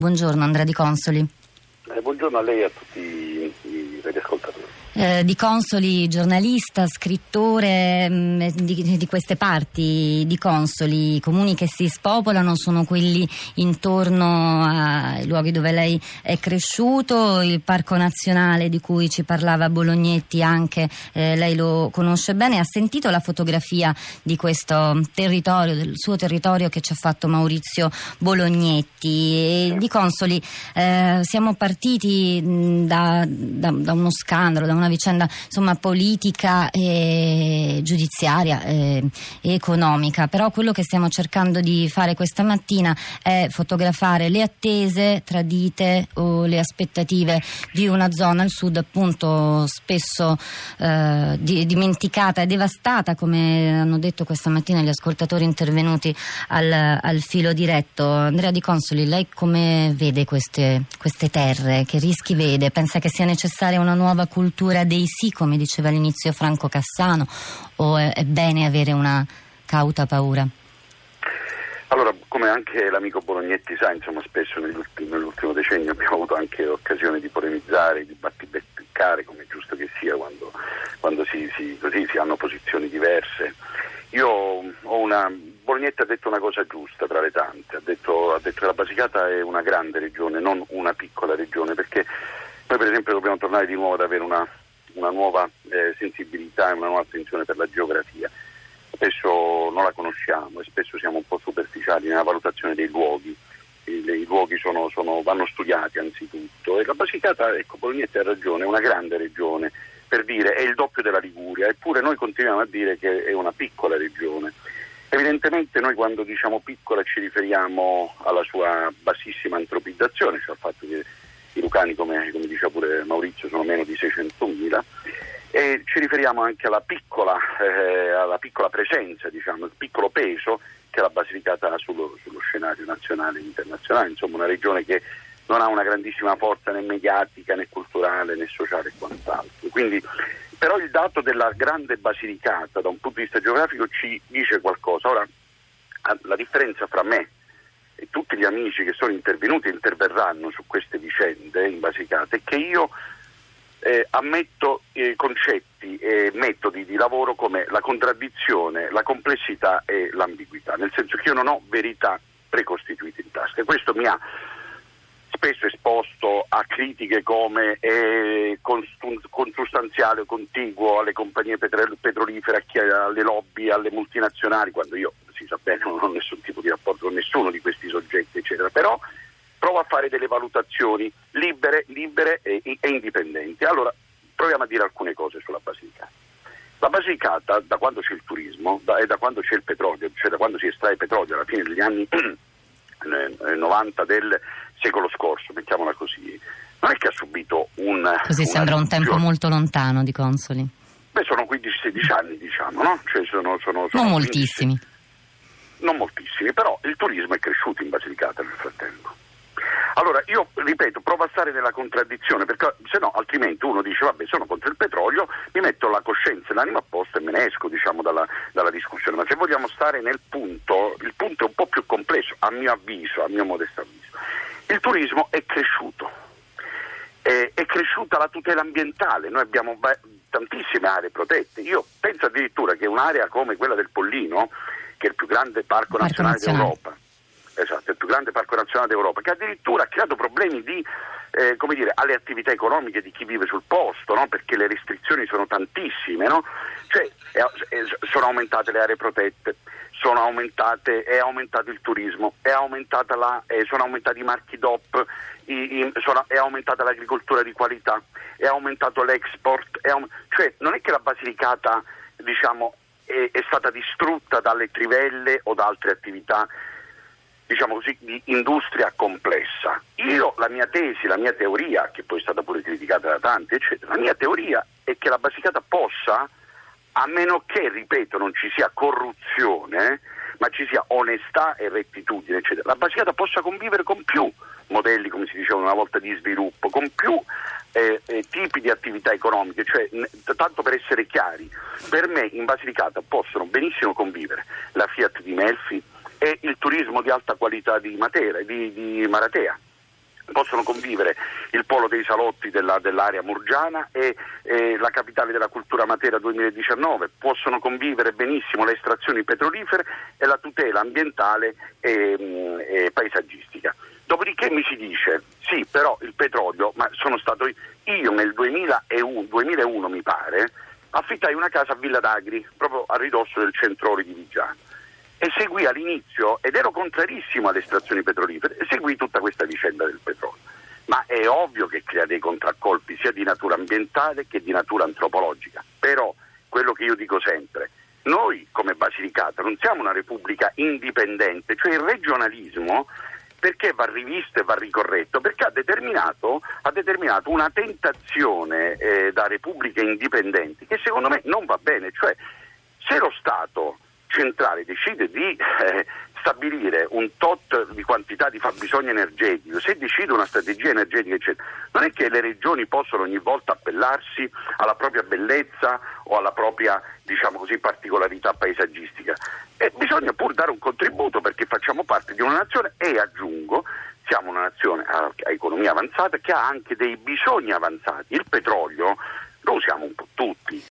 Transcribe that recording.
Buongiorno Andrea Di Consoli. Buongiorno a lei e a tutti i radioascoltatori. Di Consoli, giornalista, scrittore, di queste parti di Consoli. I comuni che si spopolano sono quelli intorno ai luoghi dove lei è cresciuto, il Parco Nazionale di cui ci parlava Bolognetti anche, lei lo conosce bene. Ha sentito la fotografia di questo territorio, del suo territorio, che ci ha fatto Maurizio Bolognetti. E Di Consoli, siamo partiti da uno scandalo, da una vicenda insomma politica e giudiziaria e economica, però quello che stiamo cercando di fare questa mattina è fotografare le attese tradite o le aspettative di una zona al sud, appunto spesso dimenticata e devastata, come hanno detto questa mattina gli ascoltatori intervenuti al filo diretto. Andrea Di Consoli, lei come vede queste terre? Che rischi vede? Pensa che sia necessaria una nuova cultura dei sì, come diceva all'inizio Franco Cassano, o è bene avere una cauta paura? Allora, come anche l'amico Bolognetti sa, insomma, spesso nell'ultimo decennio abbiamo avuto anche occasione di polemizzare, di battibeccare, come è giusto che sia, quando si hanno posizioni diverse. Bolognetti ha detto una cosa giusta tra le tante, ha detto che la Basilicata è una grande regione, non una piccola regione, perché noi per esempio dobbiamo tornare di nuovo ad avere una nuova sensibilità e una nuova attenzione per la geografia. Spesso non la conosciamo e spesso siamo un po' superficiali nella valutazione dei luoghi. I luoghi vanno studiati anzitutto, e la Basilicata, ecco, Bolognetti ha ragione, è una grande regione, per dire è il doppio della Liguria, eppure noi continuiamo a dire che è una piccola regione. Evidentemente noi quando diciamo piccola ci riferiamo alla sua bassissima antropizzazione, cioè al fatto che i lucani, come diceva pure Maurizio, sono meno di 600.000, e ci riferiamo anche alla piccola presenza, diciamo, il piccolo peso che la Basilicata ha sullo scenario nazionale e internazionale, insomma una regione che non ha una grandissima forza né mediatica né culturale né sociale e quant'altro. Quindi, però il dato della grande Basilicata da un punto di vista geografico ci dice qualcosa. Ora, la differenza fra me e tutti gli amici che sono intervenuti e interverranno su queste vicende in Basilicata è che io ammetto concetti e metodi di lavoro come la contraddizione, la complessità e l'ambiguità, nel senso che io non ho verità precostituite in tasca, e questo mi ha spesso esposto a critiche come consustanziale o contiguo alle compagnie petrolifere, alle lobby, alle multinazionali, quando io, si sa bene, non ho nessun tipo di rapporto con nessuno di questi soggetti, eccetera. Però provo a fare delle valutazioni libere e indipendenti. Allora, proviamo a dire alcune cose sulla Basilicata. La Basilicata, da quando c'è il turismo e da quando c'è il petrolio, cioè da quando si estrae petrolio alla fine degli anni 90 del secolo scorso, mettiamola così, non è che ha subito Così sembra un tempo molto lontano, Di Consoli. Beh, sono 15-16 anni, diciamo, no? Cioè sono non moltissimi. Non moltissimi, però il turismo è cresciuto in Basilicata nel frattempo. Allora, io ripeto, provo a stare nella contraddizione, perché se no, altrimenti uno dice, vabbè, sono contro il petrolio, mi metto la coscienza e l'anima a posto e me ne esco, diciamo, dalla discussione. Ma se vogliamo stare nel punto, il punto è un po' più complesso, a mio avviso, a mio modesto avviso. Il turismo è cresciuto, è cresciuta la tutela ambientale, noi abbiamo tantissime aree protette. Io penso addirittura che un'area come quella del Pollino, che è il più grande parco nazionale d'Europa, esatto, il più grande parco nazionale d'Europa, che addirittura ha creato problemi alle attività economiche di chi vive sul posto, no? Perché le restrizioni sono tantissime, no? Cioè, sono aumentate le aree protette, è aumentato il turismo, sono aumentati i marchi DOP, è aumentata l'agricoltura di qualità, è aumentato l'export, cioè non è che la Basilicata, diciamo, è stata distrutta dalle trivelle o da altre attività, diciamo così, di industria complessa. La mia tesi, la mia teoria, che poi è stata pure criticata da tanti, eccetera, la mia teoria è che la Basilicata possa, a meno che, ripeto, non ci sia corruzione, ma ci sia onestà e rettitudine, eccetera, la Basilicata possa convivere con più modelli, come si diceva una volta, di sviluppo, con più tipi di attività economiche. Cioè, tanto per essere chiari, per me in Basilicata possono benissimo convivere la Fiat di Melfi e il turismo di alta qualità di Matera, di Maratea. Possono convivere il polo dei salotti dell'area murgiana e la capitale della cultura Matera 2019, possono convivere benissimo le estrazioni petrolifere e la tutela ambientale e paesaggistica. Dopodiché mi si dice, sì, però il petrolio, ma sono stato io nel 2001 mi pare, affittai una casa a Villa d'Agri, proprio a ridosso del Centroli di Viggiano, e seguì all'inizio, ed ero contrarissimo alle estrazioni petrolifere, e seguì tutta questa vicenda del petrolio. Ma è ovvio che crea dei contraccolpi sia di natura ambientale che di natura antropologica. Però, quello che io dico sempre, noi come Basilicata non siamo una repubblica indipendente, cioè il regionalismo perché va rivisto e va ricorretto? Perché ha determinato una tentazione da repubbliche indipendenti che secondo me non va bene, cioè se lo Stato centrale decide di stabilire un tot di quantità di fabbisogno energetico, se decide una strategia energetica eccetera, non è che le regioni possono ogni volta appellarsi alla propria bellezza o alla propria, diciamo così, particolarità paesaggistica, e bisogna pur dare un contributo perché facciamo parte di una nazione e aggiungo, siamo una nazione a economia avanzata che ha anche dei bisogni avanzati. Il petrolio lo usiamo un po' tutti.